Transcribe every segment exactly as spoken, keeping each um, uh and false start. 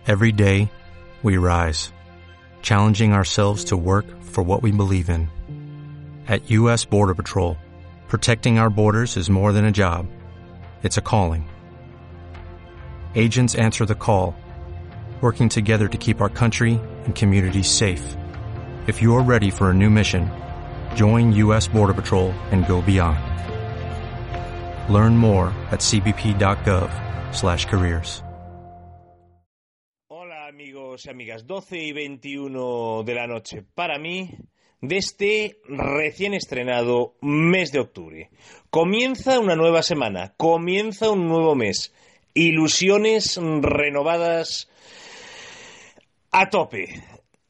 Every day, we rise, challenging ourselves to work for what we believe in. At U S Border Patrol, protecting our borders is more than a job. It's a calling. Agents answer the call, working together to keep our country and communities safe. If you're ready for a new mission, join U S Border Patrol and go beyond. Learn more at c b p dot gov slash careers. Hola amigos y amigas, doce y veintiuno de la noche para mí de este recién estrenado mes de octubre. Comienza una nueva semana, comienza un nuevo mes, ilusiones renovadas a tope.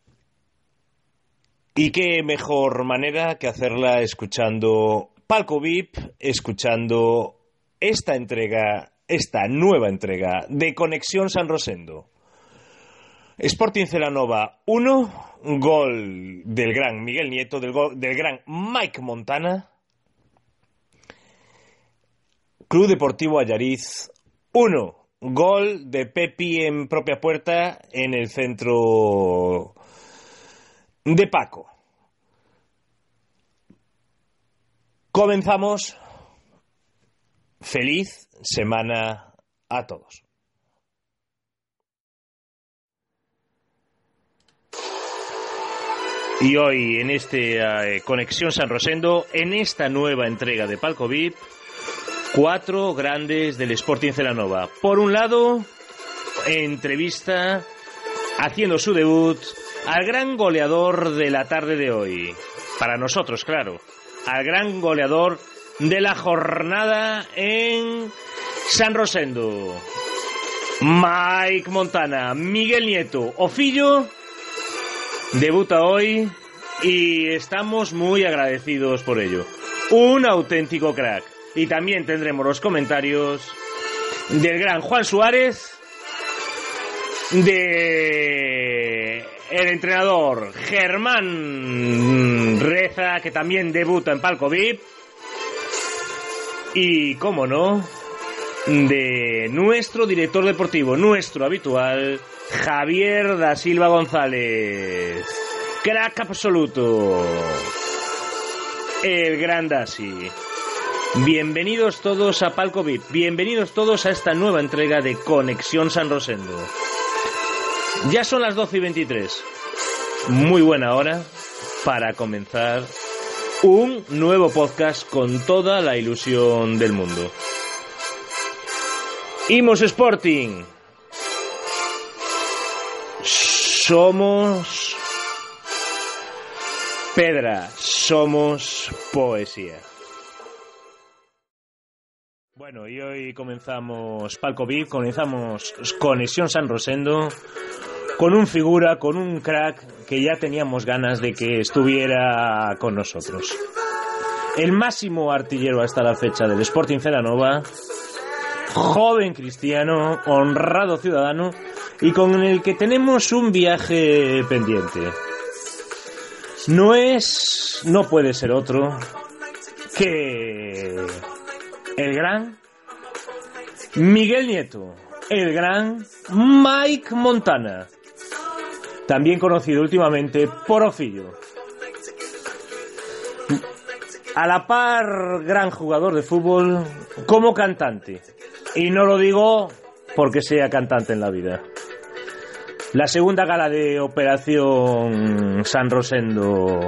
Y qué mejor manera que hacerla escuchando Palco V I P, escuchando esta entrega, esta nueva entrega de Conexión San Rosendo. Sporting Celanova uno, gol del gran Miguel Nieto, del, gol, del gran Mike Montana. Club Deportivo Allariz uno, gol de Pepi en propia puerta en el centro de Paco. Comenzamos. Feliz semana a todos. Y hoy en este eh, Conexión San Rosendo, en esta nueva entrega de Palco V I P, cuatro grandes del Sporting Celanova. Por un lado, entrevista haciendo su debut al gran goleador de la tarde de hoy. Para nosotros, claro, al gran goleador de la jornada en San Rosendo. Mike Montana, Miguel Nieto, Ofillo, debuta hoy y estamos muy agradecidos por ello. Un auténtico crack. Y también tendremos los comentarios del gran Juan Suárez, de el entrenador Germán Reza, que también debuta en Palco V I P, y, cómo no, de nuestro director deportivo, nuestro habitual, Javier da Silva González. Crack absoluto. El gran Dasi. Bienvenidos todos a Palco V I P. Bienvenidos todos a esta nueva entrega de Conexión San Rosendo. Ya son las doce y veintitrés. Muy buena hora para comenzar un nuevo podcast con toda la ilusión del mundo. Imos Sporting. Somos pedra, somos poesía. Bueno, y hoy comenzamos Palco V I P, comenzamos Conexión San Rosendo con un figura, con un crack que ya teníamos ganas de que estuviera con nosotros. El máximo artillero hasta la fecha del Sporting Celanova, joven cristiano, honrado ciudadano y con el que tenemos un viaje pendiente. No es, no puede ser otro que el gran Miguel Nieto, el gran Mike Montana, también conocido últimamente por Ofillo. A la par, gran jugador de fútbol como cantante. Y no lo digo porque sea cantante en la vida. La segunda gala de Operación San Rosendo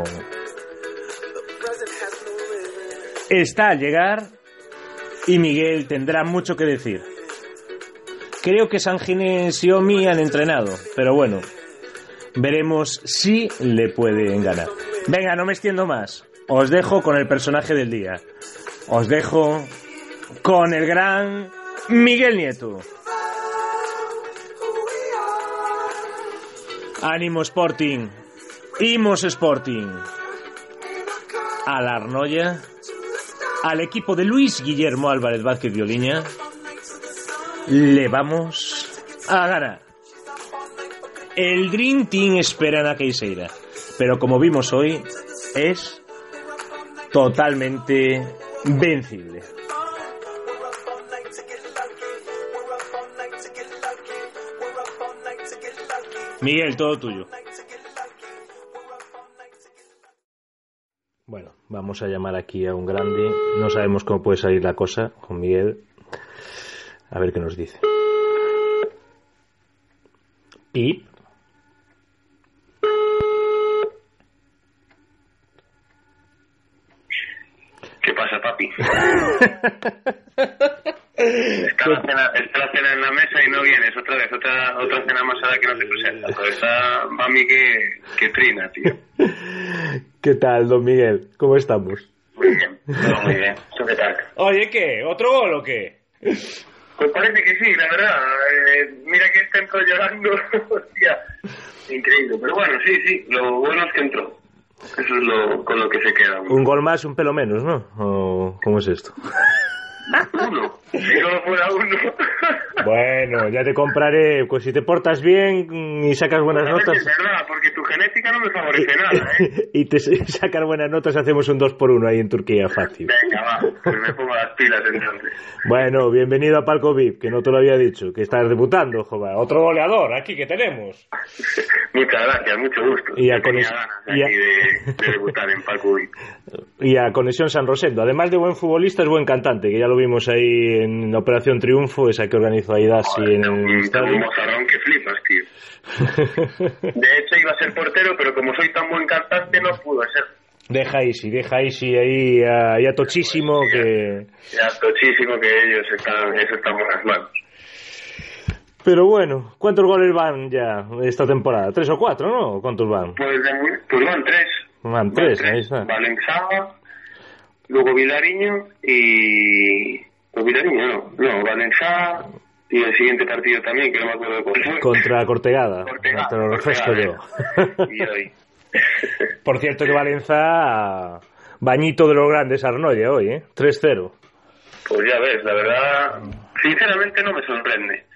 está a llegar y Miguel tendrá mucho que decir. Creo que San Ginés y Omi han entrenado, pero bueno, veremos si le pueden ganar. Venga, no me extiendo más. Os dejo con el personaje del día. Os dejo con el gran Miguel Nieto. Ánimo Sporting. Imos Sporting. A la Arnoya, al equipo de Luis Guillermo Álvarez Vázquez de Oliña, le vamos a ganar. El Dream Team espera en Aqueiseira, pero como vimos hoy, es totalmente vencible. Miguel, todo tuyo. Bueno, vamos a llamar aquí a un grande. No sabemos cómo puede salir la cosa con Miguel. A ver qué nos dice. Pip. ¿Qué pasa, papi? Está la, cena, está la cena en la mesa y no vienes otra vez, otra otra cena masada que no se presenta. Pero está mami que, que trina, tío. ¿Qué tal, don Miguel? ¿Cómo estamos? Muy bien, todo muy bien. ¿Tú qué tal? Oye, ¿qué? ¿Otro gol o qué? Pues parece que sí, la verdad. Eh, mira que está entró llorando. Hostia, increíble. Pero bueno, sí, sí, lo bueno es que entró. Eso es lo con lo que se queda. Un gol más, un pelo menos, ¿no? ¿O cómo es esto? Uno, si solo fuera uno. Bueno, ya te compraré, pues si te portas bien y sacas buenas pues notas. Es verdad, porque tu genética no me favorece nada, ¿eh? Y te sacas buenas notas, hacemos un dos por uno ahí en Turquía, fácil. Venga, va, pues me pongo las pilas entonces. Bueno, bienvenido a Palco V I P, que no te lo había dicho, que estás debutando, joder. Otro goleador aquí que tenemos. Muchas gracias, mucho gusto. Y a, tenía conex... ganas y, a... de, de debutar en Palco V I P. Y a Conexión San Rosendo. Además de buen futbolista, es buen cantante, que ya lo vimos ahí en la Operación Triunfo, esa que organizó ahí Dasi en el un, estadio. Un mozarrón que flipas, tío. De hecho, iba a ser portero, pero como soy tan buen cantante, no pudo ser. Deja Easy, deja Easy ahí a, ya tochísimo pues, que... Ya tochísimo que ellos están, eso está en buenas manos. Pero bueno, ¿cuántos goles van ya esta temporada? ¿Tres o cuatro, no? ¿Cuántos van? Pues, pues van tres. Van tres, van tres. Ahí está. Valencia, luego Vilariño y... Pues Vilariño no, no, Valencia y el siguiente partido también, que no me acuerdo de cuál fue. Contra Cortegada. Cortegada. Te lo refresco yo. Y hoy. Por cierto que Valencia, bañito de los grandes Arnoya hoy, ¿eh? tres cero. Pues ya ves, la verdad, sinceramente no me sorprende.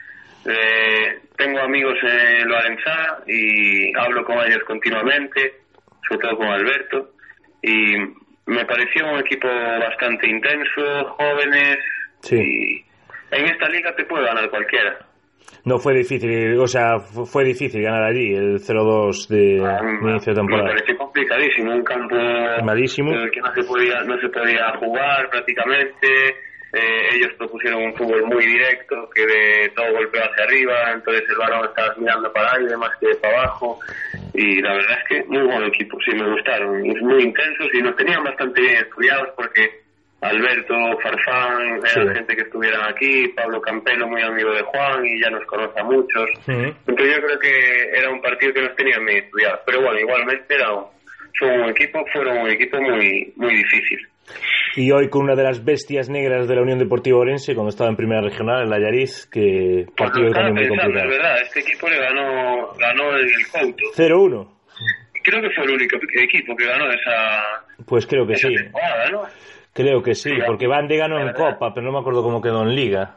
Eh, tengo amigos en Valencia y hablo con ellos continuamente, sobre todo con Alberto, y me pareció un equipo bastante intenso, jóvenes, sí. Y en esta liga te puede ganar cualquiera. No fue difícil, o sea, fue difícil ganar allí el cero dos de ah, inicio de temporada. Me pareció complicadísimo, un campo malísimo, en el que no se podía, no se podía jugar prácticamente. Eh, ellos propusieron un fútbol muy directo, que de todo golpeo hacia arriba, entonces el balón estaba mirando para aire más que para abajo, y la verdad es que muy buen equipo, sí me gustaron, muy intensos y nos tenían bastante bien estudiados porque Alberto, Farfán, era sí. gente que estuvieran aquí, Pablo Campelo, muy amigo de Juan y ya nos conoce a muchos, sí. Entonces yo creo que era un partido que nos tenían bien estudiados, pero bueno, igualmente era un, son un equipo, fueron un equipo muy, muy difícil. Y hoy con una de las bestias negras de la Unión Deportiva Orense, cuando estaba en Primera Regional, en la Yariz, que partido pues también muy complicado. Es verdad, este equipo le ganó, ganó el Couto. cero uno. Creo que fue el único equipo que ganó esa Pues creo que esa sí. temporada, ¿no? Creo que sí, sí, porque Van de ganó en Copa, pero no me acuerdo cómo quedó en Liga.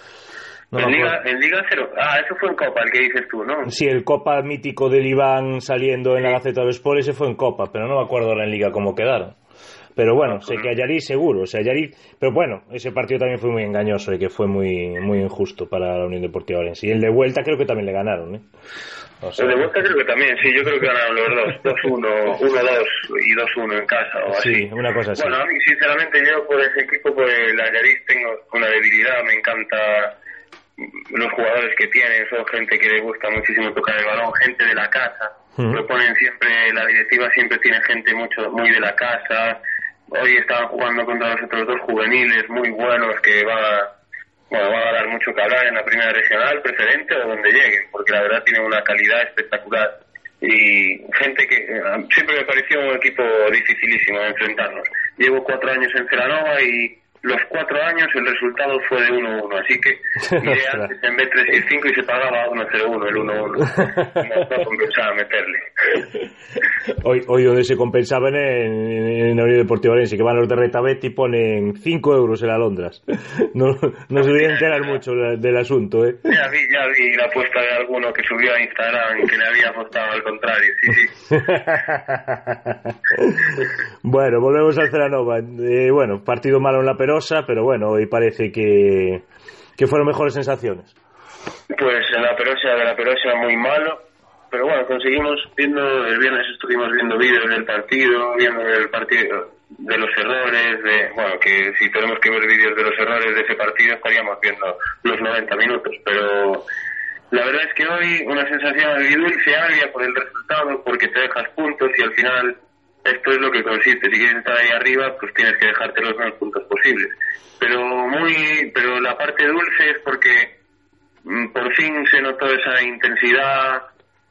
No en, Liga en Liga cero. Ah, eso fue en Copa, el que dices tú, ¿no? Sí, el Copa mítico del Iván saliendo en sí. la Gaceta del Sport, ese fue en Copa, pero no me acuerdo ahora en Liga cómo quedaron. Pero bueno, no, sé no. que a Yariz seguro, o sea, Yariz, pero bueno, ese partido también fue muy engañoso y que fue muy muy injusto para la Unión Deportiva Orense. Y el de vuelta creo que también le ganaron, ¿eh? O sea, el de vuelta creo que también, sí, yo creo que ganaron los dos, dos uno, uno dos y dos uno en casa o así. Sí, una cosa así. Bueno, a mí sinceramente yo por ese equipo, por la Yariz tengo una debilidad, me encanta los jugadores que tienen, son gente que le gusta muchísimo tocar el balón, gente de la casa, uh-huh. lo ponen siempre, la directiva siempre tiene gente mucho muy de la casa. Hoy estaban jugando contra los otros dos juveniles muy buenos que van a, bueno, van a dar mucho que hablar en la primera regional, preferente o donde lleguen, porque la verdad tienen una calidad espectacular. Y gente que eh, siempre me pareció un equipo dificilísimo de enfrentarnos. Llevo cuatro años en Celanova y los cuatro años el resultado fue de uno uno, así que miré antes en B tres seis cinco y se pagaba uno cero uno, el uno uno. No, no compensaba meterle. Hoy, hoy donde se compensaban en, en la Unión Deportiva Orense, que van los de Retabet y ponen cinco euros en Alondras. No, no se deben enterar mucho del asunto, ¿eh? Ya vi, ya vi la apuesta de alguno que subió a Instagram que le había apostado al contrario, sí, sí. Bueno, volvemos al Celanova. Eh, bueno, partido malo en la Perosa, pero bueno, hoy parece que, que fueron mejores sensaciones. Pues en la Perosa, de la Perosa muy malo. pero bueno, conseguimos viendo, el viernes estuvimos viendo vídeos del partido, viendo el partido de los errores, de bueno, que si tenemos que ver vídeos de los errores de ese partido estaríamos viendo los noventa minutos, pero la verdad es que hoy una sensación agridulce, agria por el resultado, porque te dejas puntos y al final esto es lo que consiste. Si quieres estar ahí arriba, pues tienes que dejarte los menos puntos posibles. Pero muy, pero la parte dulce es porque mm, por fin se notó esa intensidad,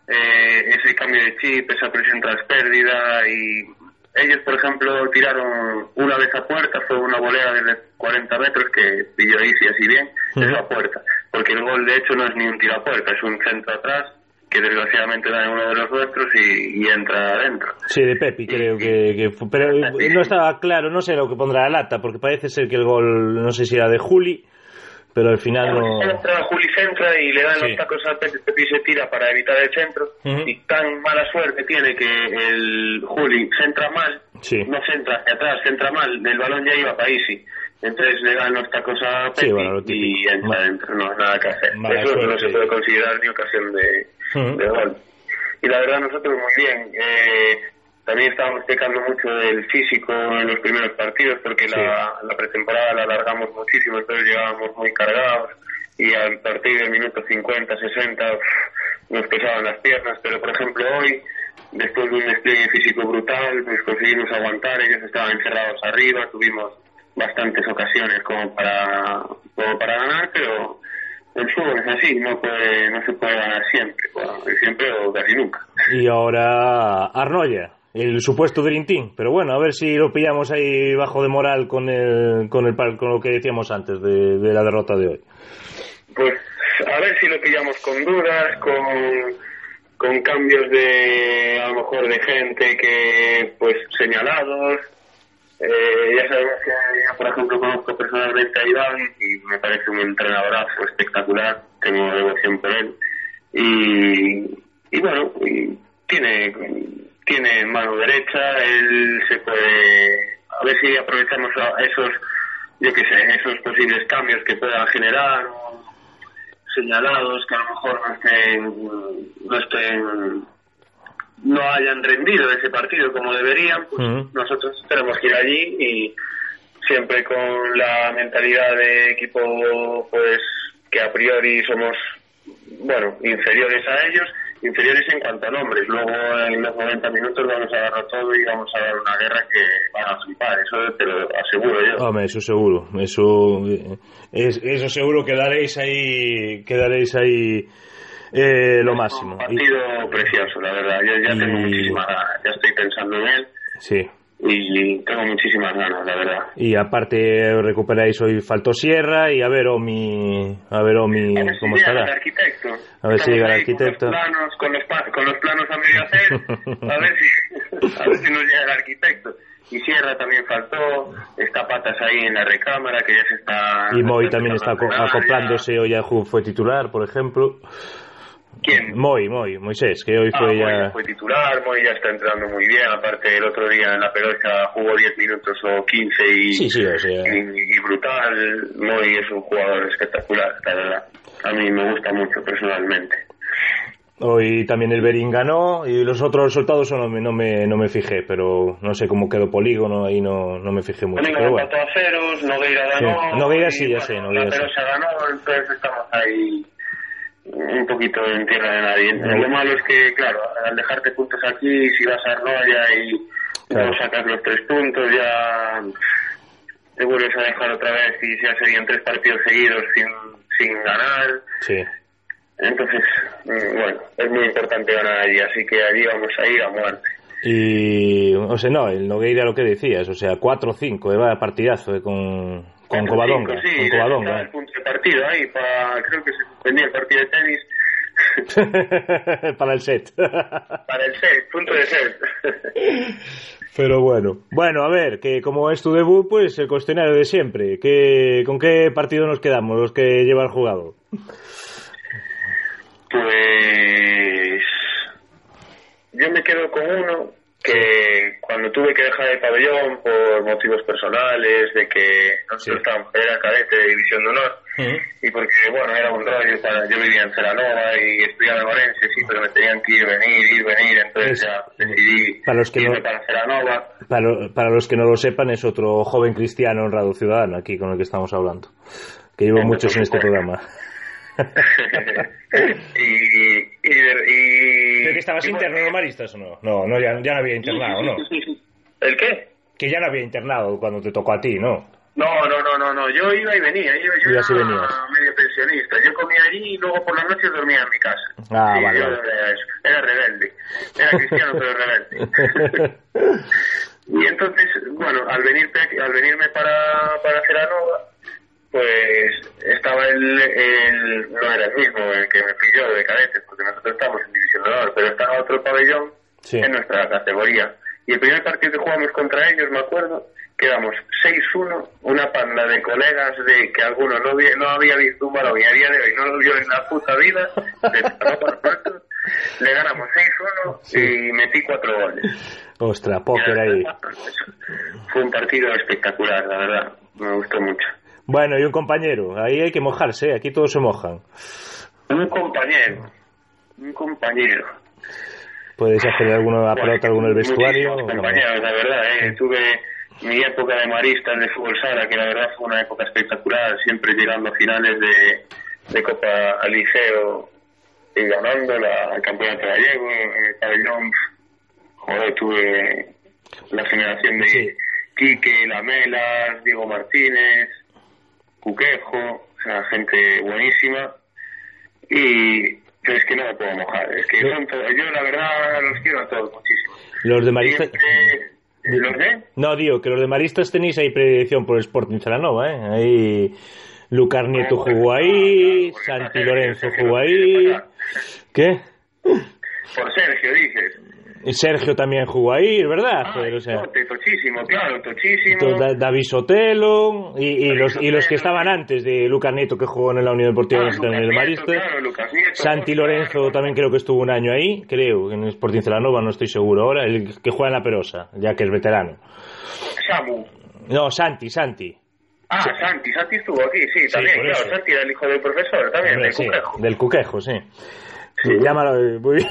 eh, ese cambio de chip, esa presión tras pérdida, y ellos, por ejemplo, tiraron una vez a puerta, fue una volea de cuarenta metros que pilló Isi así bien, uh-huh. es a puerta, porque el gol de hecho no es ni un tiro a puerta, es un centro atrás, que desgraciadamente da en uno de los nuestros y, y entra adentro. Sí, de Pepi creo y, que, que fue, pero sí. No estaba claro, no sé lo que pondrá la lata, porque parece ser que el gol, no sé si era de Juli, pero al final no... Entra, Juli centra y le dan sí. los tacos a Pepi, Pepi se tira para evitar el centro, uh-huh. y tan mala suerte tiene que el Juli centra mal, sí. no centra hacia atrás, centra mal, el balón ya iba para Isi. Entonces le dan los tacos a Pepi sí, bueno, y entra adentro, no nada que hacer. Mala Eso suerte. No se puede considerar ni ocasión de, uh-huh. de gol. Y la verdad nosotros muy bien. Eh, también estábamos pecando mucho del físico en los primeros partidos porque sí. la, la pretemporada la alargamos muchísimo, entonces llegábamos muy cargados y al partir del minuto cincuenta, sesenta uff, nos pesaban las piernas, pero por ejemplo hoy, después de un despliegue físico brutal, pues conseguimos aguantar, ellos estaban encerrados arriba, tuvimos bastantes ocasiones como para como para ganar, pero el fútbol es así, no puede no se puede ganar siempre, bueno, siempre o casi nunca. Y ahora Arnoya, el supuesto Dream Team, pero bueno, a ver si lo pillamos ahí bajo de moral con el con el con lo que decíamos antes de, de la derrota de hoy. Pues a ver si lo pillamos con dudas, con con cambios de a lo mejor de gente que pues señalados. Eh, ya sabemos que yo, por ejemplo, conozco personalmente a Iván y me parece un entrenadorazo espectacular, tengo devoción por él y, y bueno, y tiene tiene mano derecha, él se puede, a ver si aprovechamos esos, yo qué sé, esos posibles cambios que pueda generar, o señalados que a lo mejor no estén, no estén no hayan rendido ese partido como deberían, pues uh-huh. nosotros tenemos que ir allí y siempre con la mentalidad de equipo pues que a priori somos bueno inferiores a ellos, inferiores en cuanto a nombres, luego en los noventa minutos vamos a darlo todo y vamos a dar una guerra que van a flipar, eso te lo aseguro yo. Hombre, eso seguro, eso es, eso seguro quedaréis ahí quedaréis ahí Eh, lo es máximo. Un partido y... precioso, la verdad. Yo ya y... tengo muchísimas ganas. Ya estoy pensando en él. Sí. Y tengo muchísimas ganas, la verdad. Y aparte recuperáis hoy, faltó Sierra y a ver Omi, a ver Omi a ver si cómo llega estará. El arquitecto. A ver si llega el arquitecto. Con los planos, con los, pa- con los planos a medio hacer. a ver si, a ver si nos llega el arquitecto. Y Sierra también faltó, está Patas ahí en la recámara que ya se está. Y Moy también está acoplándose, ya. Hoy ya fue titular, por ejemplo. ¿Quién? Moy, Moy, Moisés, que hoy fue ah, ya... Moy ya fue titular, Moy ya está entrando muy bien, aparte el otro día en la pelota jugó diez minutos o quince y, sí, sí, o sea... y, y brutal. Moy es un jugador espectacular, la verdad. A mí me gusta mucho personalmente. Hoy también el Berín ganó y los otros resultados no me, no me, no me fijé, pero no sé cómo quedó Polígono, ahí no, no me fijé mucho. También pero empató bueno. a ceros, Nogueira ganó... Sí. Nogueira sí, y, ya bueno, sé, Nogueira la sí. Perosa ganó, entonces estamos ahí un poquito en tierra de nadie. No. Lo malo es que, claro, al dejarte puntos aquí, si vas a Arnoya y claro. no sacas los tres puntos, ya te vuelves a dejar otra vez y ya serían tres partidos seguidos sin, sin ganar. Sí. Entonces, bueno, es muy importante ganar allí, así que allí vamos a ir a muerte. Y, o sea, no, el Nogueira lo que decías, o sea, cuatro cinco, eh, vaya partidazo eh, con, con Covadonga. Sí, con Covadonga. El punto de partido ahí, para, creo que se suspendía el partido de tenis. Para el set. Para el set, punto de set. Pero bueno, bueno, a ver, que como es tu debut, pues el cuestionario de siempre. ¿Qué, ¿Con qué partido nos quedamos, los que lleva el jugador? Pues yo me quedo con uno que cuando tuve que dejar el pabellón por motivos personales, de que nosotros sí. estábamos, era cadete de División de Honor, uh-huh. y porque, bueno, era un rollo, para, yo vivía en Celanova y estudiaba en Orense, sí, pero me tenían que ir, venir, ir, venir, entonces es, ya decidí para los que irme no, para Celanova. Para, para los que no lo sepan, es otro joven cristiano honrado ciudadano aquí con el que estamos hablando, que llevo muchos en este programa. y, y, y, ¿Pero que estabas y, interno en los maristas o no? No, no ya, ya no había internado, ¿no? Sí, sí, sí. ¿El qué? Que ya no había internado cuando te tocó a ti, ¿no? No, no, no, no, no. Yo iba y venía. Yo, yo era venías. medio pensionista. Yo comía allí y luego por las noches dormía en mi casa. Ah, sí, vale. Yo vale. Era, era rebelde. Era cristiano, pero rebelde. Y entonces, bueno, al venir al venirme para, para Celanova, pues estaba el, el... No era el mismo el que me pilló de cadetes, porque nosotros estamos en División de Honor, pero estaba otro pabellón sí. en nuestra categoría. Y el primer partido que jugamos contra ellos, me acuerdo, quedamos seis uno, una panda de colegas de que alguno no, vi, no había visto un balón y a día de hoy no lo vio en la puta vida, de nosotros, le ganamos seis uno sí. y metí cuatro goles. Ostras, póker ahí. Fue un partido espectacular, la verdad, me gustó mucho. Bueno, y un compañero, ahí hay que mojarse, aquí todos se mojan. Un compañero, un compañero. ¿Puedes hacer alguna bueno, pelota, alguno del vestuario? Compañeros, la verdad, eh, tuve mi época de maristas de fútbol sala, que la verdad fue una época espectacular, siempre llegando a finales de, de Copa al Liceo y ganando la, el campeonato gallego, en el pabellón. Joder, tuve la generación de sí. Quique, Lamelas, Diego Martínez, Cuquejo, o sea, gente buenísima. Y pero es que no me puedo mojar, es que son todos, yo la verdad los quiero a todos muchísimo. Los de maristas... Siempre... ¿Los de? No, digo, que los de maristas tenéis ahí predilección por el Sporting Celanova, ¿eh? Ahí Lucas Nieto no, jugó ahí, Santi Lorenzo jugó ahí... ¿Qué? Por Sergio, dices. Y Sergio también jugó ahí, ¿verdad? Ah, Joder, o sea, tote, tochísimo, claro, tochísimo. Da, David Sotelo y, y, los, y los que estaban antes de Lucas Nieto, que jugó en la Unión Deportiva ah, en el Marista. Claro, Lucas Nieto, Santi Lorenzo claro. también creo que estuvo un año ahí, creo, en el Sporting Celanova, no estoy seguro ahora, el que juega en la Perosa, ya que es veterano. Samu. No, Santi, Santi. Ah, sí. Santi, Santi estuvo aquí, sí, también, sí, claro, eso. Santi era el hijo del profesor, también, Hombre, del sí, Cuquejo. Del Cuquejo, sí. sí. Llámalo, muy bien.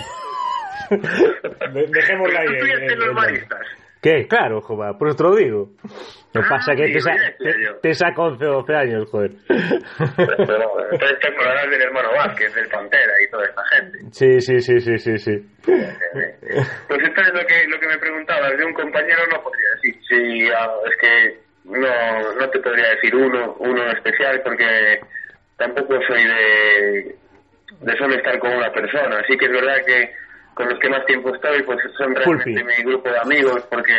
Dejémosla ahí. ¿Tú estuviste en los maristas? ¿Qué? Claro, joder, por eso te lo digo. Lo que ah, pasa es que sí, te, sa te, te saca once o doce años, joder. Pero, entonces te acordarás del hermano Vázquez, del Pantera y toda esta gente. Sí, sí, sí, sí, sí, sí. Pues entonces lo que, lo que me preguntabas de un compañero no podría decir. Sí, es que no, no te podría decir uno, uno especial porque tampoco soy de, de solo estar con una persona. Así que es verdad que con los que más tiempo estoy, pues son realmente Pulpi. Mi grupo de amigos, porque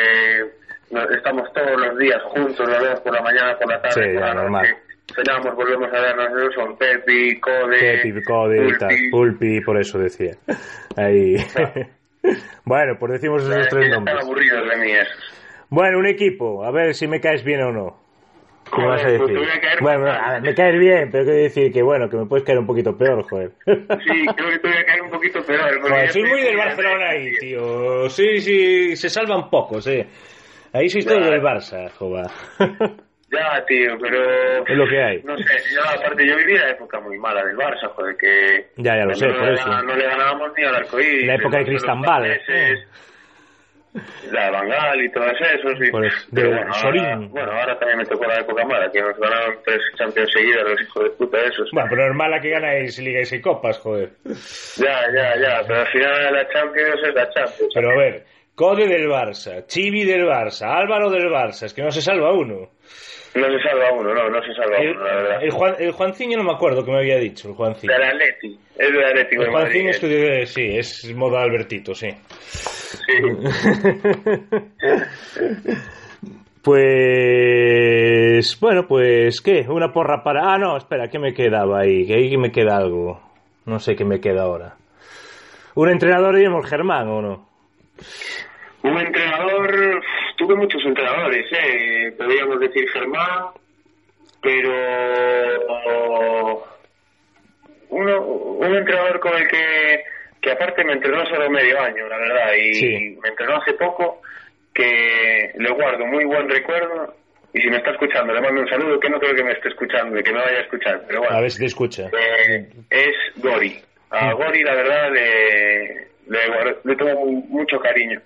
estamos todos los días juntos, nos vemos por la mañana, por la tarde, sí, por la normal. noche, cenamos, volvemos a vernos, son Pepi, Code, Pepi, Code Pulpi. Y tal, Pulpi, por eso decía. Ahí. Bueno, pues decimos esos es tres que nombres. Están aburridos de mí esos. Bueno, un equipo, a ver si me caes bien o no. ¿Qué vas a decir? Pues te voy a caer bueno, a, me caes bien, pero quiero decir que bueno, que me puedes caer un poquito peor, joder. Sí, creo que te voy a caer un poquito peor. Joder, soy muy del Barcelona ahí, tío. Sí, sí, se salvan pocos, eh. Ahí sois todos del Barça, joder. Ya, tío, pero... Es lo que hay. No sé, yo aparte yo viví la época muy mala del Barça, joder, que... Ya, ya lo sé, no por le eso. Gana, no le ganábamos ni al arcoíris. La época de Cristambal. Eh. La de Van Gaal y todas esos. Sí. Pues, pero de bueno ahora, bueno, ahora también me tocó la época mala, que nos ganaron tres Champions seguidas los hijos de puta esos. Bueno, pero es mala que ganáis ligas y copas, joder. Ya, ya, ya, pero al final la Champions es la Champions. Pero a ver, Code del Barça, Chivi del Barça, Álvaro del Barça, es que no se salva uno. No se salva uno, no, no se salva el, uno, la verdad. El, Juan, el Juanciño no me acuerdo que me había dicho, el Juanciño. Del Atleti, es del Atlético de Madrid. El Juanciño es de, sí, es moda Albertito, sí. Sí. Pues, bueno, pues, ¿qué? Una porra para... Ah, no, espera, ¿qué me quedaba ahí? Que ahí me queda algo. No sé qué me queda ahora. ¿Un entrenador digamos Germán o no? Un entrenador... Tuve muchos entrenadores, ¿eh? Podríamos decir Germán, pero... Uno, un entrenador con el que, que aparte me entrenó solo medio año, la verdad, y sí. Me entrenó hace poco, que le guardo muy buen recuerdo, y si me está escuchando, le mando un saludo, que no creo que me esté escuchando y que me vaya a escuchar, pero bueno. A ver si te escucha. Eh, es Gori. A Gori, la verdad, le... le, le tengo mucho cariño.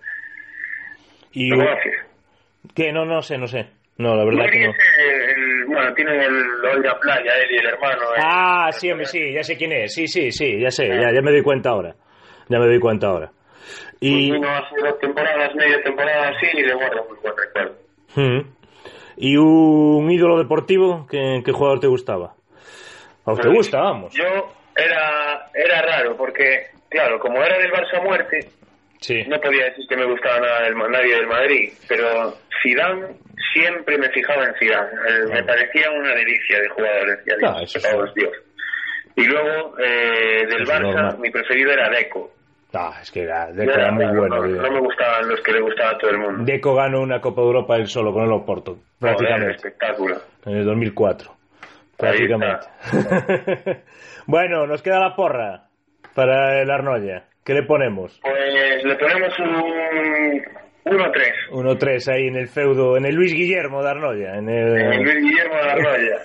Y ¿Lo conoces? ¿Qué? No, no sé, no sé. No, la verdad Mori que no. es el, el, bueno, tienen el Olga Playa, él y el hermano. Ah, el, sí, hombre, sí, ya sé quién es. Sí, sí, sí, ya sé, ya, ya me doy cuenta ahora. Ya me doy cuenta ahora. Y... Pues vino hace dos temporadas, media temporada así, y le guardo muy buen recuerdo. Hmm. ¿Y un ídolo deportivo? ¿Qué, qué jugador te gustaba? ¿O te gusta, vamos? Yo era, era raro, porque, claro, como era del Barça a muerte, sí. no podía decir que me gustaba nada del, nadie del Madrid, pero Zidane, siempre me fijaba en Zidane. Eh, me parecía una delicia de jugadores, ya ah, digo, eso es Dios. Y luego, eh, del eso Barça, mi preferido era Deco. Ah, es que era, Deco era, era muy no, bueno. No, no me gustaban los que le gustaba a todo el mundo. Deco ganó una Copa de Europa él solo con el Oporto, prácticamente. Joder, espectáculo. En el dos mil cuatro, prácticamente. Bueno, nos queda la porra para el Arnoya. ¿Qué le ponemos? Pues le ponemos un uno tres. uno tres ahí en el feudo, en el Luis Guillermo de Arnoya. En el, en el Luis Guillermo de Arnoya.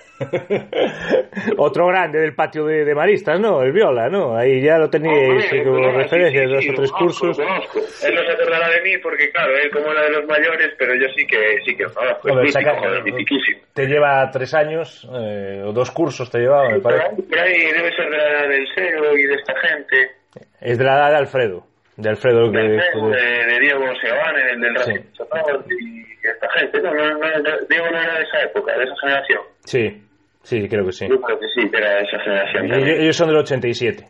Otro grande del patio de, de Maristas, ¿no? El Viola, ¿no? Ahí ya lo teníais oh, como no, referencia de sí, sí, dos sí, o tres conozco, cursos. Conozco. Él no se acordará de mí porque, claro, él como era de los mayores, pero yo sí que sí que conozco. Hombre, es mítico, joder, mitiquísimo. Te lleva tres años, eh, o dos cursos te llevaba, me parece. Por ahí debe ser de la edad del Cero y de esta gente. Es de la edad de Alfredo. De Alfredo, de, que, Alfredo, de, de Diego Seoane, del, del Racing sí. Y esta gente. No, no, no, Diego no era de esa época, de esa generación. Sí, sí, creo que sí. Yo creo que sí, que era de esa generación. Ellos, ellos son del ochenta y siete.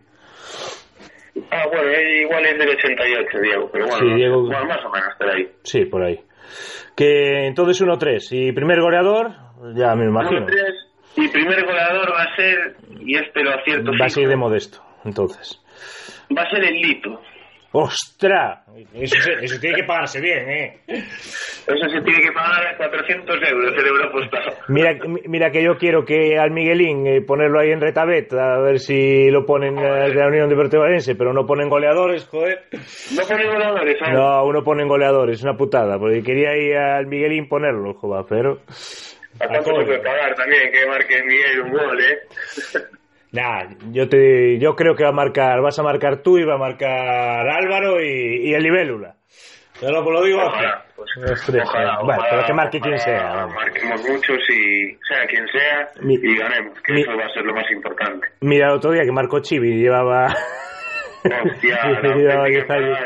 Ah, bueno, igual es del ochenta y ocho, Diego, pero bueno, sí, Diego... bueno, más o menos por ahí. Sí, por ahí. Que entonces uno tres. Y primer goleador, ya me imagino. uno tres. Y primer goleador va a ser, y este lo acierto. Va a ser de Modesto, entonces. Va a ser el Lito. ¡Ostras! Eso, se, eso tiene que pagarse bien, ¿eh? Eso se tiene que pagar cuatrocientos euros el euro apostado. Mira, mira que yo quiero que al Miguelín eh, ponerlo ahí en Retabet, a ver si lo ponen en la Unión Deportiva Valencia, pero no ponen goleadores, joder. ¿No ponen goleadores? ¿sabes? No, uno ponen goleadores, una putada, porque quería ir al Miguelín ponerlo, joder, pero... ¿A cuánto se puede pagar también que marque Miguel un gol, eh? Nah, yo te yo creo que va a marcar, vas a marcar tú y va a marcar Álvaro y, y el Libélula. Yo lo, lo digo ojalá, pues, Ostras, ojalá, bueno, ojalá, pero que marque ojalá, quien sea. Vamos. Marquemos muchos y sea quien sea mi, y ganemos, que mi, eso va a ser lo más importante. Mira, otro día que marcó Chivi llevaba... Hostia, la diez años.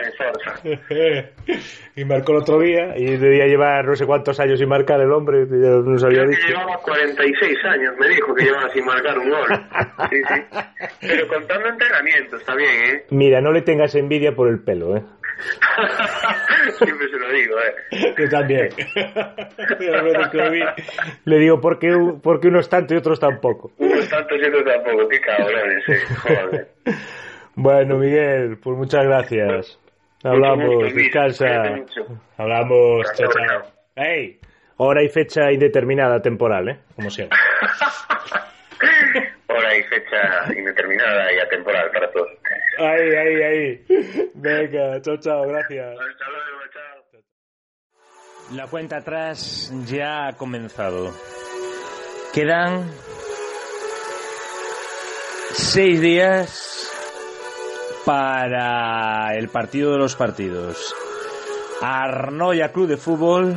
Y marcó el otro día y debía llevar no sé cuántos años sin marcar el hombre, ya nos había Creo dicho. Que llevaba cuarenta y seis años, me dijo que llevaba sin marcar un gol. Sí, sí. Pero contando entrenamientos, está bien, ¿eh? Mira, no le tengas envidia por el pelo, ¿eh? Siempre se lo digo, ¿eh? Yo también. Le digo, ¿por qué, por qué unos tanto y otros tampoco? Unos tantos y otros tampoco, qué cabrones, eh. Joder. Bueno, Miguel, pues muchas gracias. Hablamos, descansa. Hablamos, chao, chao. Hey, hora y fecha indeterminada temporal, ¿eh? Como siempre. Hora y fecha indeterminada y atemporal para todos. Ahí, ahí, ahí. Venga, chao, chao, gracias. Hasta luego, chao. La cuenta atrás ya ha comenzado. Quedan seis días para el partido de los partidos. Arnoya Club de Fútbol,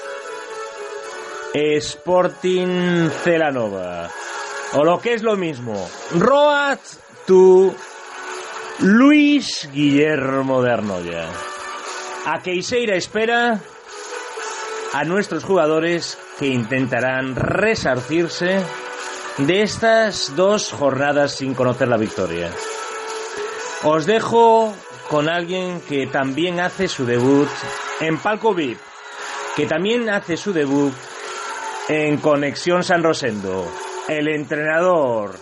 Sporting Celanova, o lo que es lo mismo, Road to Luis Guillermo de Arnoya. A Queiseira espera a nuestros jugadores que intentarán resarcirse de estas dos jornadas sin conocer la victoria. Os dejo con alguien que también hace su debut en Palco V I P, que también hace su debut en Conexión San Rosendo, el entrenador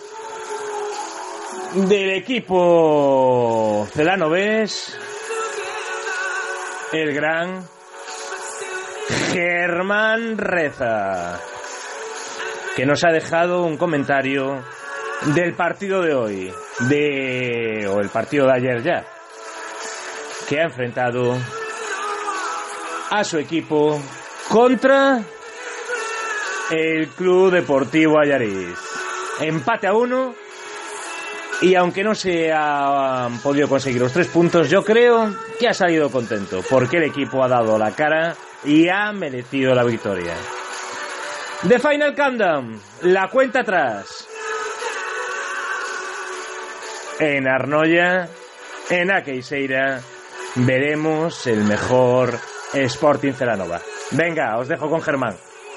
del equipo celanovés, el gran Germán Reza, que nos ha dejado un comentario del partido de hoy, de o el partido de ayer ya, que ha enfrentado a su equipo contra el Club Deportivo Allariz. Empate a uno Y aunque no se han podido conseguir los tres puntos, yo creo que ha salido contento, porque el equipo ha dado la cara y ha merecido la victoria. The Final Countdown, la cuenta atrás. En Arnoia, en Aqueixeira, veremos el mejor Sporting Celanova. Venga, os dejo con Germán.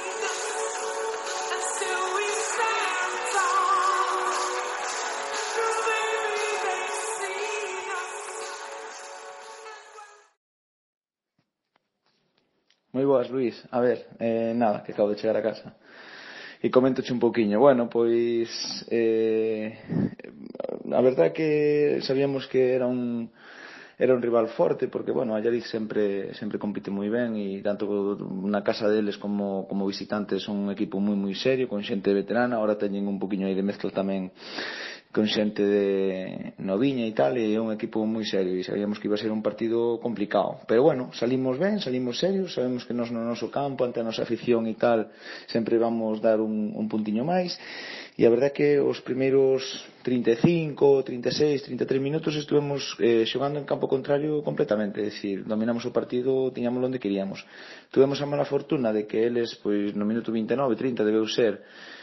Moi boas, Luís. A ver, eh, nada, que acabo de chegar a casa e coméntoche un pouquiño. Bueno, pois eh, a verdade é que sabíamos que era un era un rival forte, porque, bueno, a Allariz sempre sempre compite moi ben, e tanto na casa deles como como visitantes son un equipo moi moi serio, con xente veterana. Ahora teñen un poquinho aí de mezcla tamén con xente de noviña e tal, e é un equipo moi serio, e sabíamos que iba a ser un partido complicado, pero bueno, salimos ben, salimos serios, sabemos que nos no noso campo, ante a nosa afición e tal, sempre vamos dar un, un puntiño máis, e a verdade é que os primeiros trinta e cinco, trinta e seis, trinta e tres minutos estuvemos eh, xogando en campo contrario completamente, é dicir, dominamos o partido, tiñámoslo onde queríamos. Tuvemos a mala fortuna de que eles, pois no minuto vinte e nove, trinta debeu ser,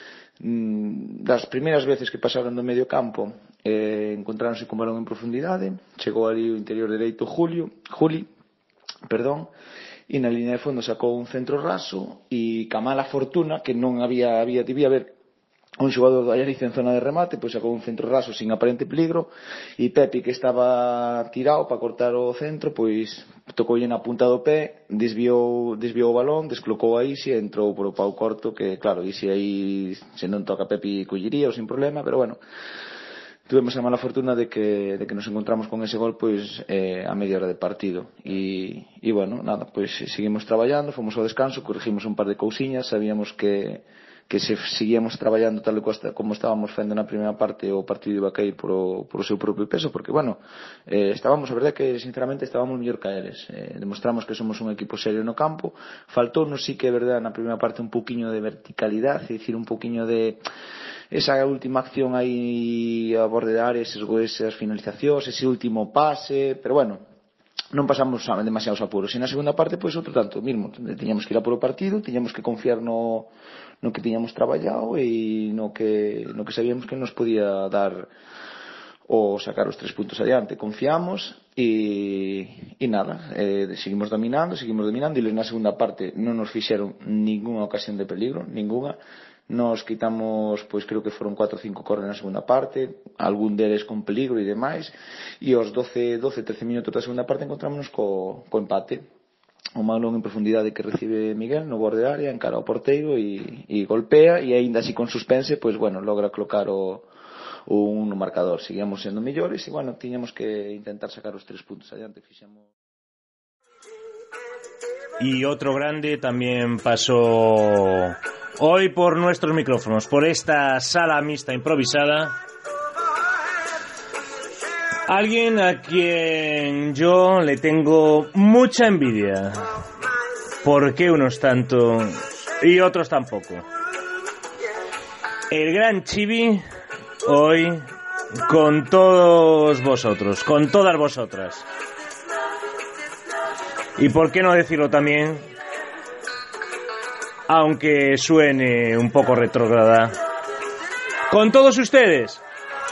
das primeiras veces que pasaron do medio campo, eh, encontráronse con balón en profundidade, chegou ali o interior dereito Julio, Juli, perdón, e na línea de fondo sacou un centro raso, e ca mala fortuna que non había, había, debía haber un xogador do Allariz en zona de remate, pois sacou un centro raso sin aparente peligro, e Pepi, que estaba tirado para cortar o centro, pois tocoulle na punta do pé, desviou, desviou o balón, descolocou a Isi e entrou por o pau corto, que claro, Isi aí se non toca Pepi collería ou sin problema, pero bueno, tuvemos a mala fortuna de que, de que nos encontramos con ese gol pois eh, a media hora de partido, e, e bueno, nada, pois seguimos traballando, fomos ao descanso, corregimos un par de cousiñas, sabíamos que que se seguíamos traballando tal e como estábamos fendo na primeira parte, o partido iba a cair por o, por o seu propio peso, porque, bueno, eh, estábamos, a verdade que, sinceramente, estábamos mellor que eles. Eh, demostramos que somos un equipo serio no campo. Faltounos, sí que é verdade, na primeira parte un pouquiño de verticalidade, é dicir, un pouquiño de esa última acción aí a borde da área, esas, esas finalizacións, ese último pase, pero, bueno, non pasamos demasiados apuros. E na segunda parte, pois, outro tanto mismo. Tiñamos que ir a por o partido, tiñamos que confiar no no que tiñamos traballado e no que, no que sabíamos que nos podía dar o sacar os tres puntos adiante. Confiamos e, e nada, eh, seguimos dominando, seguimos dominando, e na segunda parte non nos fixeron ninguna ocasión de peligro, ninguna. Nos quitamos, pois creo que foron cuatro ou cinco corners na segunda parte, algún deles con peligro e demais, e aos doce, trece minutos da segunda parte encontrámonos co, co empate. O balón en profundidade que recibe Miguel no borde de área, encara ao porteiro e, e golpea, e aínda así con suspense, pois bueno, logra colocar o, o un no marcador. Seguíamos sendo mellores e bueno, tiñamos que intentar sacar os tres puntos adiante. Fixemos. Y otro grande también pasó hoy por nuestros micrófonos, por esta sala mixta improvisada. Alguien a quien yo le tengo mucha envidia. ¿Por qué unos tanto y otros tampoco? El gran Chibi, hoy, con todos vosotros, con todas vosotras. Y por qué no decirlo también, aunque suene un poco retrógrada, con todos ustedes.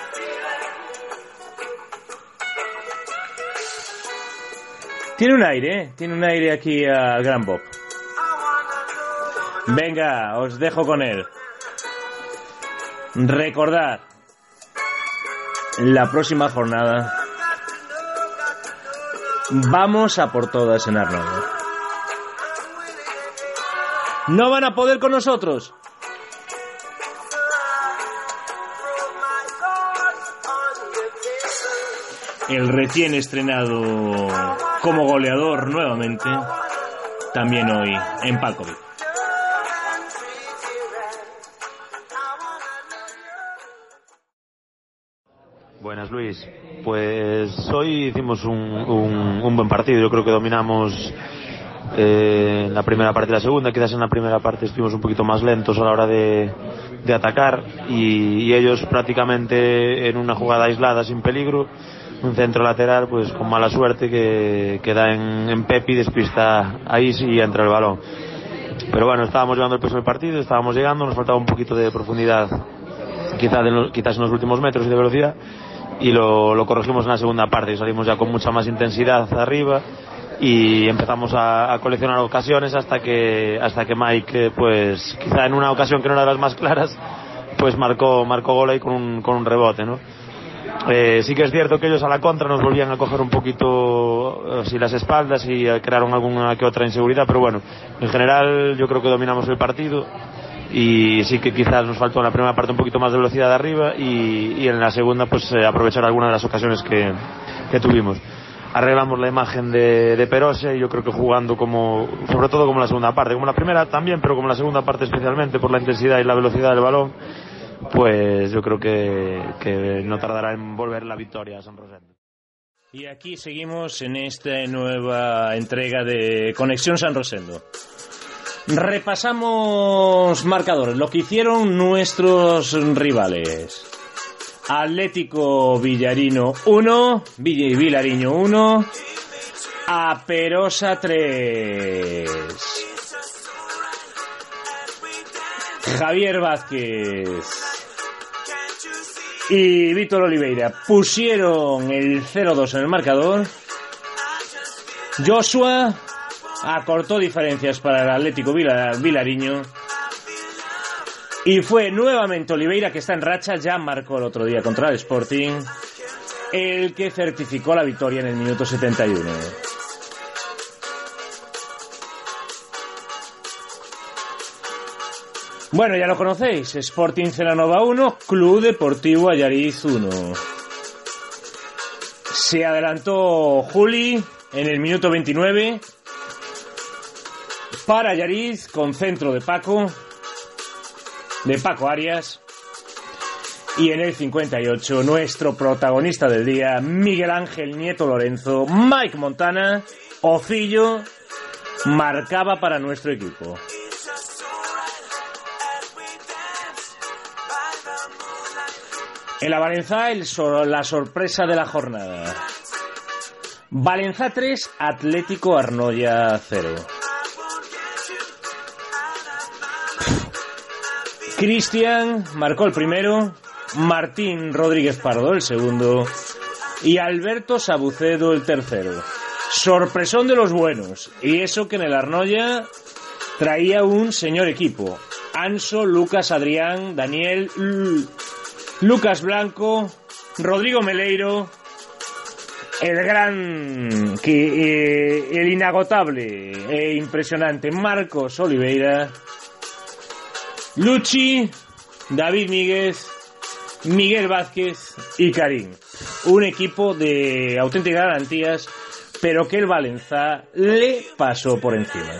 Tiene un aire, ¿eh? Tiene un aire aquí al Gran Bob. Venga, os dejo con él. Recordad, la próxima jornada vamos a por todas en Arnoia. ¿No van a poder con nosotros? El recién estrenado como goleador nuevamente, también hoy en Palco V I P. Buenas, Luis. Pues hoy hicimos un, un, un buen partido. Yo creo que dominamos eh, en la primera parte y la segunda. Quizás en la primera parte estuvimos un poquito más lentos a la hora de, de atacar y, y ellos prácticamente en una jugada aislada sin peligro, un centro lateral pues con mala suerte que, que da en, en Pepi, despista ahí y entra el balón. Pero bueno, estábamos llevando el peso del partido, estábamos llegando, nos faltaba un poquito de profundidad quizás en los, quizás en los últimos metros y de velocidad, y lo, lo corregimos en la segunda parte y salimos ya con mucha más intensidad arriba y empezamos a, a coleccionar ocasiones hasta que hasta que Mike, pues quizá en una ocasión que no era de las más claras, pues marcó marcó gol ahí con un, con un rebote, ¿no? Eh, sí que es cierto que ellos a la contra nos volvían a coger un poquito así las espaldas y crearon alguna que otra inseguridad, pero bueno, en general yo creo que dominamos el partido y sí que quizás nos faltó en la primera parte un poquito más de velocidad de arriba y, y en la segunda pues eh, aprovechar algunas de las ocasiones que, que tuvimos. Arreglamos la imagen de, de Perosia y yo creo que jugando como, sobre todo como la segunda parte, como la primera también, pero como la segunda parte especialmente por la intensidad y la velocidad del balón, pues yo creo que, que no tardará en volver la victoria a San Rosendo. Y aquí seguimos en esta nueva entrega de Conexión San Rosendo. Repasamos marcadores, lo que hicieron nuestros rivales. Atlético Villarino uno, Vilariño uno, Aperosa tres. Javier Vázquez y Víctor Oliveira pusieron el cero dos en el marcador. Joshua acortó diferencias para el Atlético Vilariño y fue nuevamente Oliveira, que está en racha, ya marcó el otro día contra el Sporting, el que certificó la victoria en el minuto setenta y uno. Bueno, ya lo conocéis, Sporting Celanova uno, Club Deportivo Allariz uno. Se adelantó Juli en el minuto veintinueve para Allariz con centro de Paco, de Paco Arias. Y en el cincuenta y ocho, nuestro protagonista del día, Miguel Ángel Nieto Lorenzo, Mike Montana, Ocillo, marcaba para nuestro equipo. En la Valenzá, el so- la sorpresa de la jornada. Valenzá tres, Atlético Arnoia cero. Cristian marcó el primero, Martín Rodríguez Pardo el segundo y Alberto Sabucedo el tercero. Sorpresón de los buenos, y eso que en el Arnoia traía un señor equipo. Anso, Lucas, Adrián, Daniel, L- Lucas Blanco, Rodrigo Meleiro, el gran, que, eh, el inagotable e impresionante Marcos Oliveira, Luchi, David Míguez, Miguel Vázquez y Karim. Un equipo de auténticas garantías, pero que el Valenzá le pasó por encima.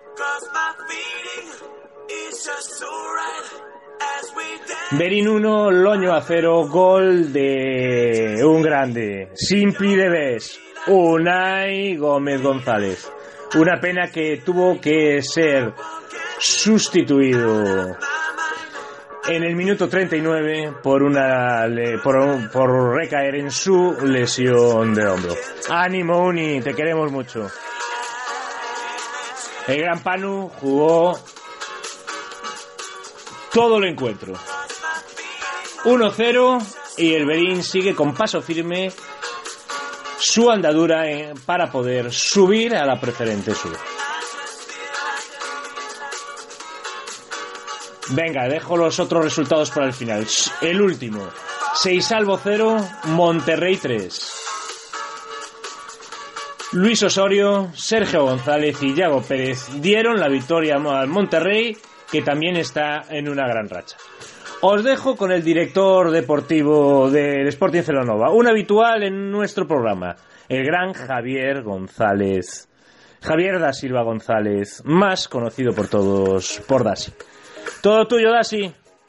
Berín uno, Loño a cero, gol de un grande, Simpli de Bes, Unai Gómez González. Una pena que tuvo que ser sustituido en el minuto treinta y nueve por una por, por recaer en su lesión de hombro. Ánimo, Uni, te queremos mucho. El gran Panu jugó todo el encuentro. uno cero y el Berín sigue con paso firme su andadura en, para poder subir a la preferente sur. Venga, dejo los otros resultados para el final. El último, Seisalvo cero, Monterrey tres. Luis Osorio, Sergio González y Yago Pérez dieron la victoria al Monterrey, que también está en una gran racha. Os dejo con el director deportivo del Sporting Celanova, un habitual en nuestro programa, el gran Javier González. Javier da Silva González, más conocido por todos por Dasi. Todo tuyo, Dasi.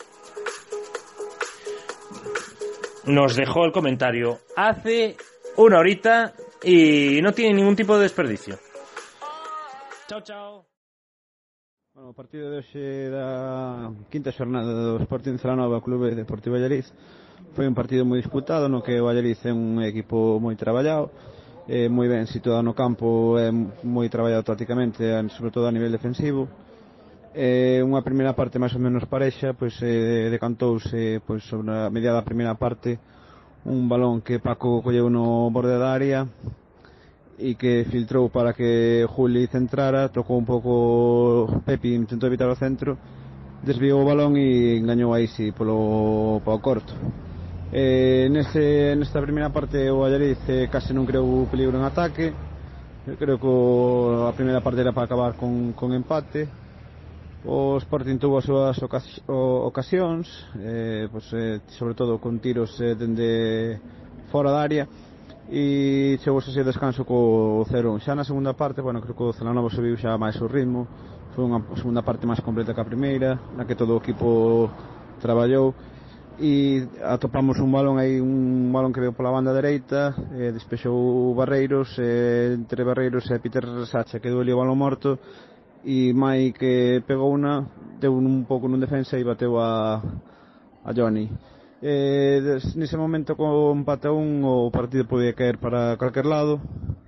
Nos dejó el comentario hace una horita y no tiene ningún tipo de desperdicio. Chao, chao. Bueno, o partido de hoxe da quinta xornada do Sporting Celanova Clube Deportivo Allariz foi un partido moi disputado no que o Allariz é un equipo moi traballado, é moi ben situado no campo, é moi traballado tácticamente, sobre todo a nivel defensivo. É unha primeira parte máis ou menos parexa, pois eh, decantouse pois sobre a media da primeira parte un balón que Paco colleu no borde da área e que filtrou para que Juli centrara, tocou un pouco Pepi, intentou evitar o centro, desviou o balón e engañou aí si polo, polo corto. Eh, nese, nesta primeira parte o Allariz eh, case non creou peligro en ataque. Eu creo que o, a primeira parte era para acabar con, con empate. O Sporting tuvo as súas ocas, o, ocasións, eh, pues, eh, sobre todo con tiros eh, dende fora da área, e chegou ese descanso co cero un. Xa na segunda parte, bueno, creo que o Celanova subiu xa máis o ritmo, foi unha segunda parte máis completa que a primeira, na que todo o equipo traballou, e atopamos un balón aí, un balón que veio pola banda dereita, eh, despexou Barreiros, eh, entre Barreiros e Peter Sacha quedou ali o balón morto, e Mai que pegou unha, deu un pouco nun defensa e bateu a, a Johnny. Eh, nese momento con empate a un o partido podía caer para calquer lado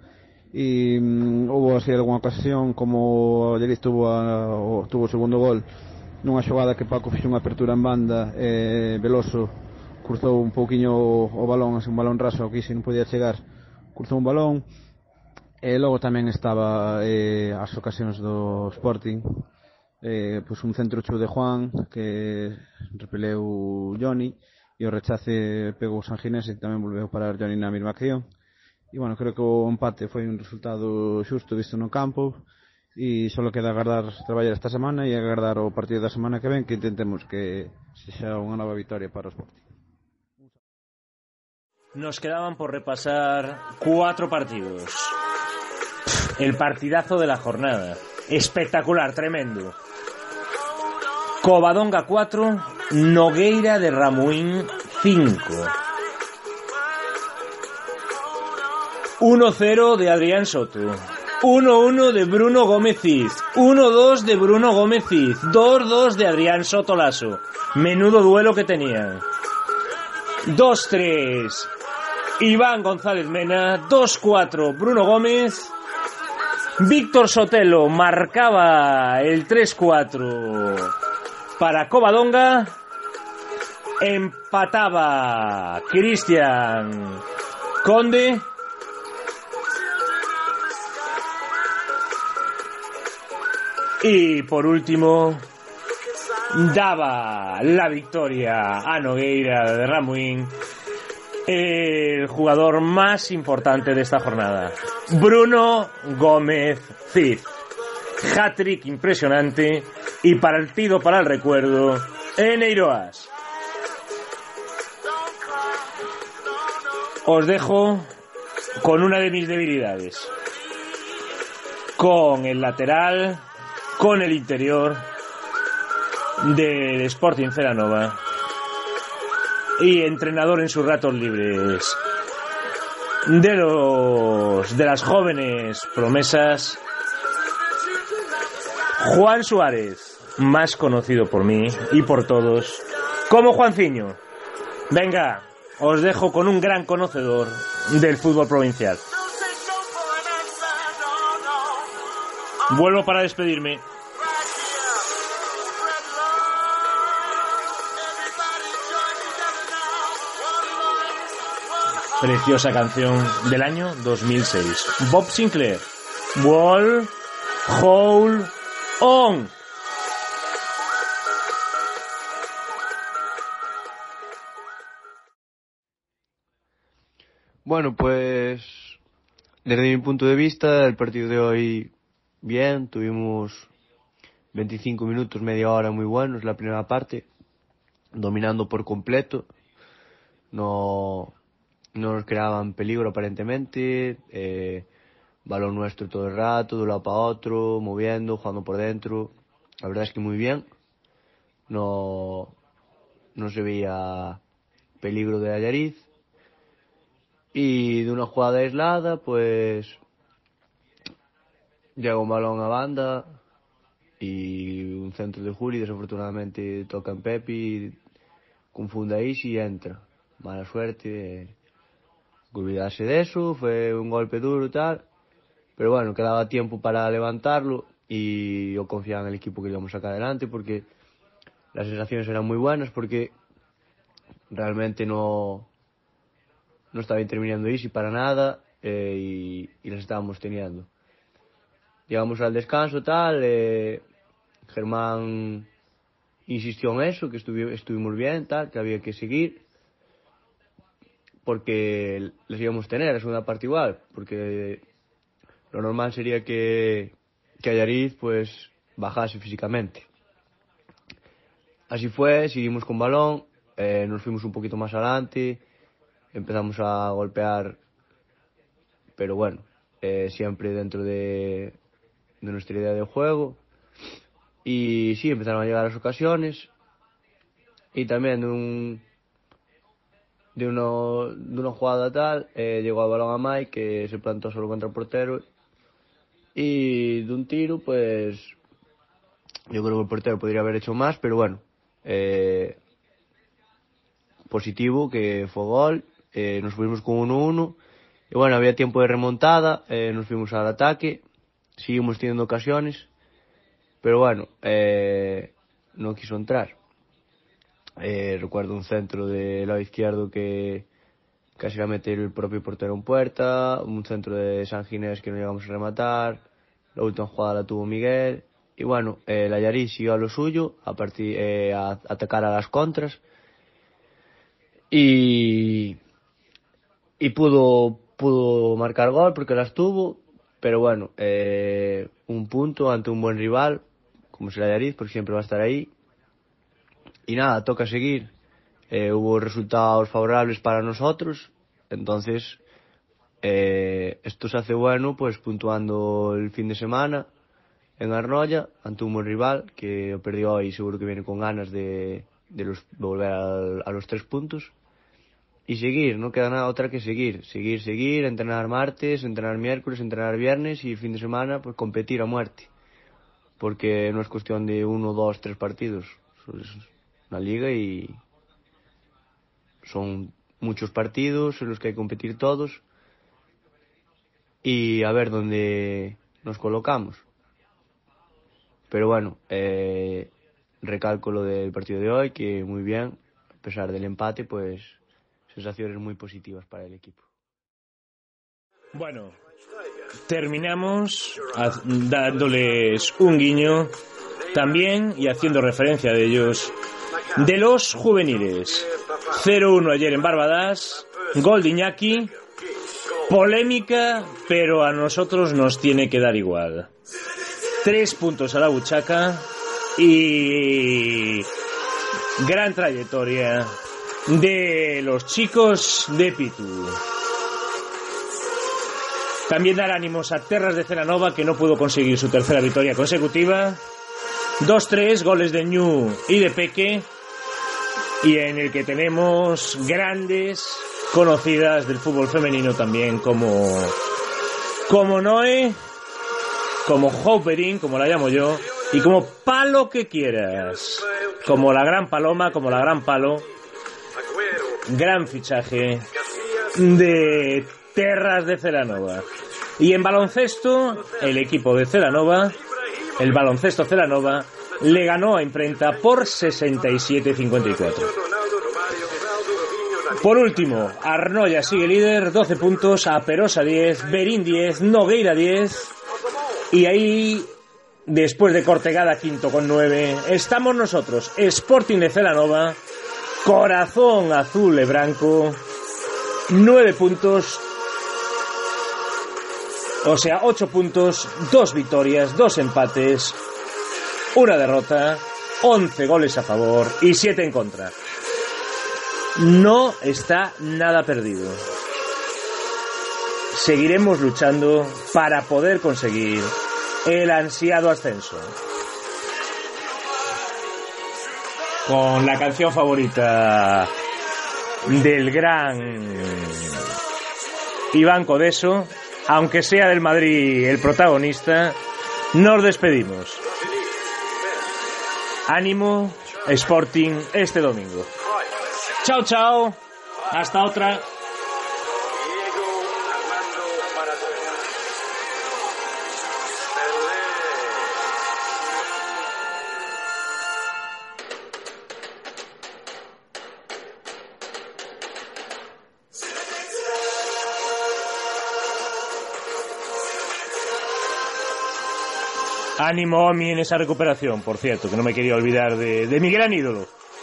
e um, houve así algunha ocasión como o Allariz tuvo, a, o, tuvo o segundo gol nunha xogada que Paco fixo unha apertura en banda, eh, Veloso cruzou un pouquiño o, o balón, así un balón raso aquí se non podía chegar, cruzou un balón e logo tamén estaba eh, as ocasións do Sporting, eh, pois un centro chou de Juan que repeleu Johnny e o rechace pegou Sanginés e tamén volveu parar Johnny na mesma acción. E bueno, creo que o empate foi un resultado xusto visto no campo e só queda agardar traballar esta semana e agardar o partido da semana que ven, que intentemos que sexa unha nova vitoria para o Sporting. Nos quedaban por repasar cuatro partidos. El partidazo de la jornada. Espectacular, tremendo. Covadonga cuatro, Nogueira de Ramuín cinco. uno cero de Adrián Soto. uno uno de Bruno Gómez Cid. uno dos de Bruno Gómez Cid. dos dos de Adrián Soto Lasso. Menudo duelo que tenían. dos tres Iván González Mena. dos cuatro Bruno Gómez. Víctor Sotelo marcaba el tres cuatro para Covadonga. Empataba Cristian Conde. Y por último daba la victoria a Nogueira de Ramuín, el jugador más importante de esta jornada, Bruno Gómez Cid. Hat-trick impresionante y partido para el recuerdo en Eiroas. Os dejo con una de mis debilidades, con el lateral, con el interior del Sporting Celanova y entrenador en sus ratos libres de los de las jóvenes promesas, Juan Suárez, más conocido por mí y por todos como Juanciño. Venga, os dejo con un gran conocedor del fútbol provincial. Vuelvo para despedirme. Preciosa canción del año dos mil seis. Bob Sinclair. Wall, Hold On. Bueno, pues desde mi punto de vista, el partido de hoy bien, tuvimos veinticinco minutos, media hora muy buenos, la primera parte, dominando por completo, no, no nos creaban peligro aparentemente, eh, balón nuestro todo el rato, de un lado para otro, moviendo, jugando por dentro, la verdad es que muy bien, no, no se veía peligro de Allariz, y de una jugada aislada, pues llega un balón a banda y un centro de Juli, desafortunadamente toca en Pepi, confunde a Isi y entra. Mala suerte, olvidarse de eso, fue un golpe duro y tal, pero bueno, quedaba tiempo para levantarlo y yo confiaba en el equipo que íbamos a sacar adelante porque las sensaciones eran muy buenas, porque realmente no, no estaba interviniendo Isi para nada eh, y, y las estábamos teniendo. Llegamos al descanso tal, eh, Germán insistió en eso, que estuvi, estuvimos bien, tal, que había que seguir, porque les íbamos a tener la segunda parte igual, porque lo normal sería que, que Allariz pues bajase físicamente. Así fue, seguimos con balón, eh, nos fuimos un poquito más adelante, empezamos a golpear, pero bueno, eh, siempre dentro de, de nuestra idea de juego. Y sí, empezaron a llegar las ocasiones. Y también de, un, de, uno, de una jugada tal, eh, llegó el balón a Mike, que se plantó solo contra el portero. Y de un tiro, pues yo creo que el portero podría haber hecho más, pero bueno, eh, positivo, que fue gol. Eh, nos fuimos con uno uno. Y bueno, había tiempo de remontada, eh, nos fuimos al ataque, seguimos teniendo ocasiones. Pero bueno, eh, no quiso entrar. Eh, recuerdo un centro del lado izquierdo que casi iba a meter el propio portero en puerta, un centro de San Ginés que no llegamos a rematar, la última jugada la tuvo Miguel, y bueno, eh, la Allariz siguió a lo suyo, a, partir, eh, a, a atacar a las contras, y, y pudo, pudo marcar gol porque las tuvo, pero bueno, eh, un punto ante un buen rival, como es el Allariz, porque siempre va a estar ahí. Y nada, toca seguir. Eh, hubo resultados favorables para nosotros, entonces eh, esto se hace bueno pues puntuando el fin de semana en Arnoya ante un buen rival que perdió hoy, seguro que viene con ganas de, de, los, de volver a, a los tres puntos. Y seguir, no queda nada otra que seguir, seguir, seguir, entrenar martes, entrenar miércoles, entrenar viernes y el fin de semana pues competir a muerte. Porque no es cuestión de uno, dos, tres partidos, es una liga y son muchos partidos en los que hay que competir todos y a ver dónde nos colocamos. Pero bueno, eh, recalco lo del partido de hoy, que muy bien, a pesar del empate, pues sensaciones muy positivas para el equipo. Bueno, terminamos dándoles un guiño también y haciendo referencia de ellos de los juveniles. cero uno ayer en Barbadas, gol de Iñaki, polémica, pero a nosotros nos tiene que dar igual. Tres puntos a la buchaca y gran trayectoria de los chicos de Pitu. También dar ánimos a Terras de Celanova, que no pudo conseguir su tercera victoria consecutiva. dos tres, goles de Ñu y de Peque, y en el que tenemos grandes conocidas del fútbol femenino también, como, como Noé, como Hopperin, como la llamo yo, y como Palo que quieras, como la gran Paloma, como la gran Palo. Gran fichaje de Terras de Celanova. Y en baloncesto, el equipo de Celanova, el baloncesto Celanova, le ganó a Imprenta por sesenta y siete a cincuenta y cuatro. Por último, Arnoya sigue líder, doce puntos, Aperosa diez, Berín diez, Nogueira diez, y ahí, después de Cortegada quinto con nueve, estamos nosotros, Sporting de Celanova, Corazón Azul y Branco, nueve puntos, o sea, ocho puntos, dos victorias, dos empates, una derrota, once goles a favor y siete en contra. No está nada perdido. Seguiremos luchando para poder conseguir el ansiado ascenso. Con la canción favorita del gran Iván Codeso, aunque sea del Madrid el protagonista, nos despedimos. Ánimo Sporting este domingo. Chao, chao. Hasta otra. Ánimo, Omi, en esa recuperación, por cierto, que no me quería olvidar de, de mi gran ídolo.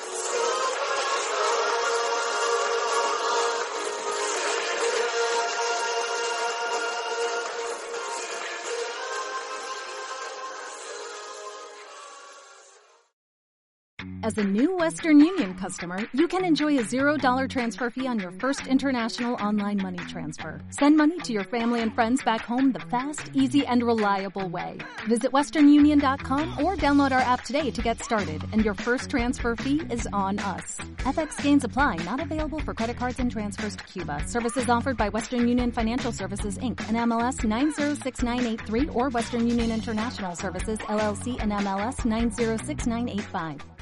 As a new Western Union customer, you can enjoy a zero dollar transfer fee on your first international online money transfer. Send money to your family and friends back home the fast, easy, and reliable way. Visit western union dot com or download our app today to get started, and your first transfer fee is on us. F X gains apply, not available for credit cards and transfers to Cuba. Services offered by Western Union Financial Services, Incorporated and M L S nine zero six nine eight three or Western Union International Services, L L C and M L S nine zero six nine eight five.